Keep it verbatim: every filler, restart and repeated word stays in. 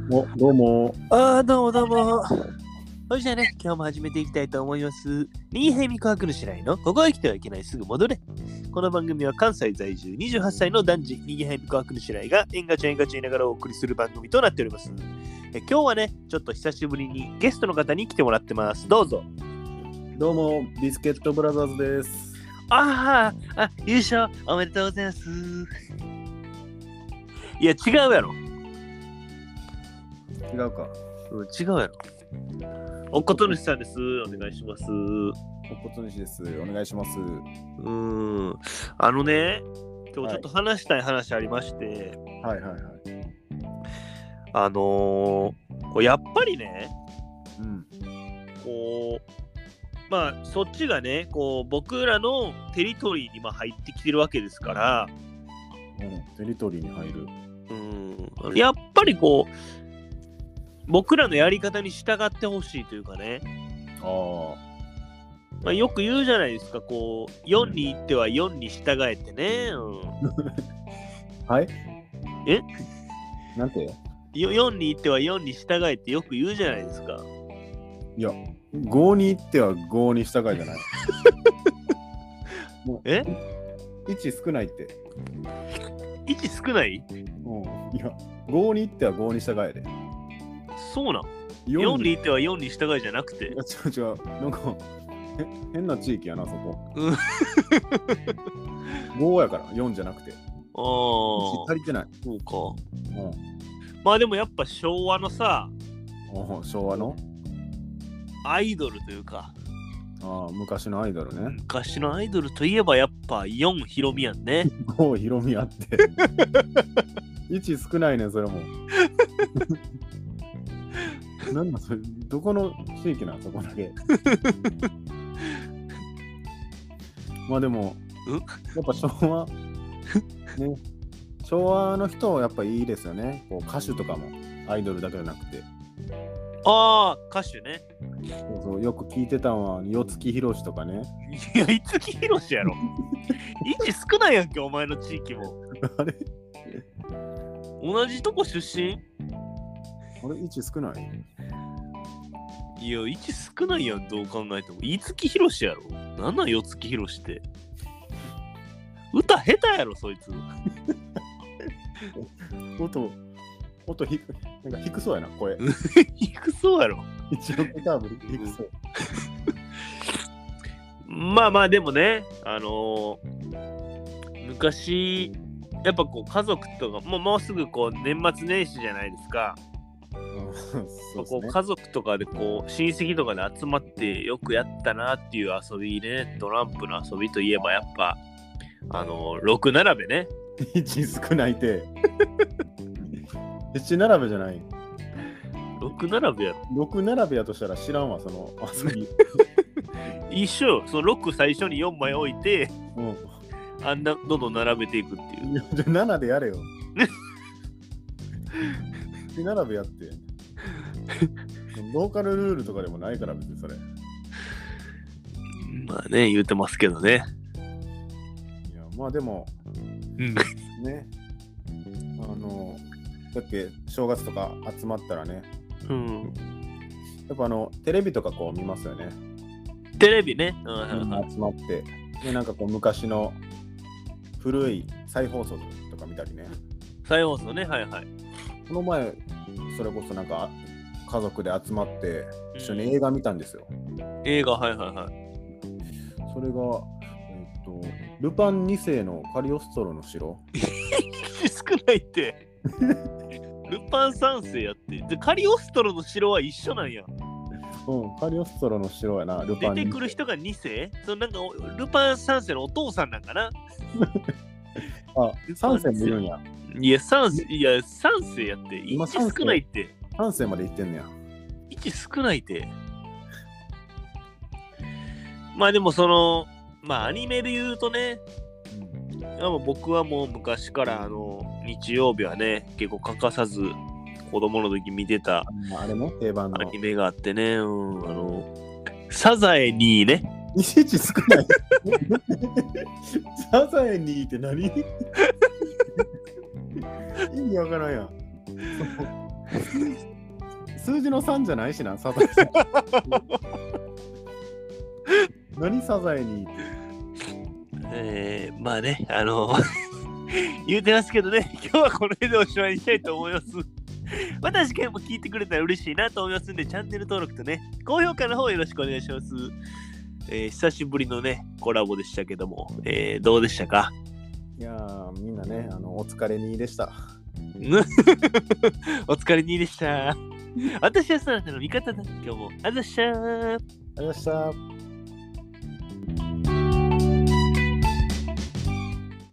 お、どうも。 あーどうもどうも。それじゃあね、今日も始めていきたいと思います。新平美川区主来のここは生きてはいけないすぐ戻れ。この番組は関西在住にじゅうはっさいの男児、新平美川区主来がエンガチャエンガチャ言いながらお送りする番組となっております。え今日はね、ちょっと久しぶりにゲストの方に来てもらってます。どうぞ。 どうも、ビスケットブラザーズです。 あーあ、優勝おめでとうございます。いや、違うやろ。 違うか。 うん、違うやろ。おこと主さんです。お願いします。 おこと主です。お願いします。 うーん。あのね、今日ちょっと話したい話ありまして、 はいはいはい。 あのー、こうやっぱりね、 うん。 こう、まあ、そっちがね、こう、僕らのテリトリーにまあ入ってきてるわけですから、 うん、テリトリーに入る。 うん、やっぱりこう、僕らのやり方に従ってほしいというかね、 あまあ、よく言うじゃないですか、こう、よんに行ってはよんに従えてね、うん、 あ。はいえなんてよよんに行ってはよんに従えってよく言うじゃないですか。 いや、ごに行ってはごに従いじゃない。もうえいち少ないって。 いち少ない？ うん。いや、ごに行ってはごに従えで。 そうなん。 よんよんに行ってはよんに従いじゃなくて。 いや、違う違う。なんか、へ変な地域やな、そこ。 うん。 ごやから、よんじゃなくて。 ああ。 いち足りてない。 そうか。 うん。 まあでもやっぱ昭和のさ、 お昭和のアイドルというか、 ああ、昔のアイドルね。 昔のアイドルといえばやっぱよんヒロミやんね。 ごひろみあって。いち少ないねん、それも。なんだそれ、どこの地域なんそこだけ。まあでも、やっぱ昭和、ね、昭和の人はやっぱいいですよね。こう歌手とかも、アイドルだけじゃなくて。 ああ、歌手ね。 そうそうよく聞いてたのは、四月ひろしとかね。 いや、五木ひろしやろ。いち少ないやんけ、お前の地域も。 あれ同じとこ出身？ あれ、いち少ないいや、いち少ないやん、どう考えても。五木ひろしやろ。なんなん四月ひろしって。歌下手やろ、そいつ。 音、音ひなんか低そうやな、声。 低そうやろ。 一応ギターブリ低そう。 まあまあ、でもね、あのー、昔、やっぱこう家族とか、もうもうすぐこう年末年始じゃないですか。 そうですね。 こう家族とかでこう親戚とかで集まってよくやったなっていう遊びね、トランプの遊びといえばやっぱあのろく並べね。 いち少ないて。いち並べじゃない。 ろく並べやろ。 ろく並べやとしたら知らんわ、その遊び。 一緒、そのろく最初によんまい置いて、 うん。 あんなどんどん並べていくっていう。 いやじゃあななでやれよ。いち並べやって。ローカルルールとかでもないから別にそれ。いまあね、言うてますけどね。 や、まあでも、 うんね。あの、だって正月とか集まったらね、 うん。 やっぱあの、テレビとかこう見ますよね。 テレビね。うんみんな集まって。で、なんかこう昔の古い再放送とか見たりね。 再放送ね、はいはい。 この前、それこそなんか家族で集まって一緒に映画見たんですよ。 映画、はいはいはい。 それが、えっと、ルパンに世のカリオストロの城。 少ないって。ルパン三世やって。で、カリオストロの城は一緒なんや。 うん、カリオストロの城やな、ルパン出てくる人がに世？そのなんかルパン三世のお父さんなんかな。 あ、さん世もいるんや。 いや、三世、いや、三世やって。いち少ないって。 さん世まで行ってんねや。 いち少ないって。まあでもその、まあアニメで言うとね、うん、僕はもう昔からあの日曜日はね、結構欠かさず子供の時見てたあれね、定番のアニメがあってね、うん、あの、サザエにね。 いちいち少ない。サザエにって何意味わからんやん。 数字のさんじゃないしな、サザエさん。何サザエにって。 えー、まあね、あの言うてますけどね、今日はこの辺でおしまいにしたいと思います。また次回も聞いてくれたら嬉しいなと思いますんで、チャンネル登録とね、高評価の方よろしくお願いします。えー、久しぶりのね、コラボでしたけども、えー、どうでしたか？ いやー、みんなね、あのお疲れにでした。 お疲れにでした。私はそなたの味方だ。今日もありがとうございました。 ありがとうございました。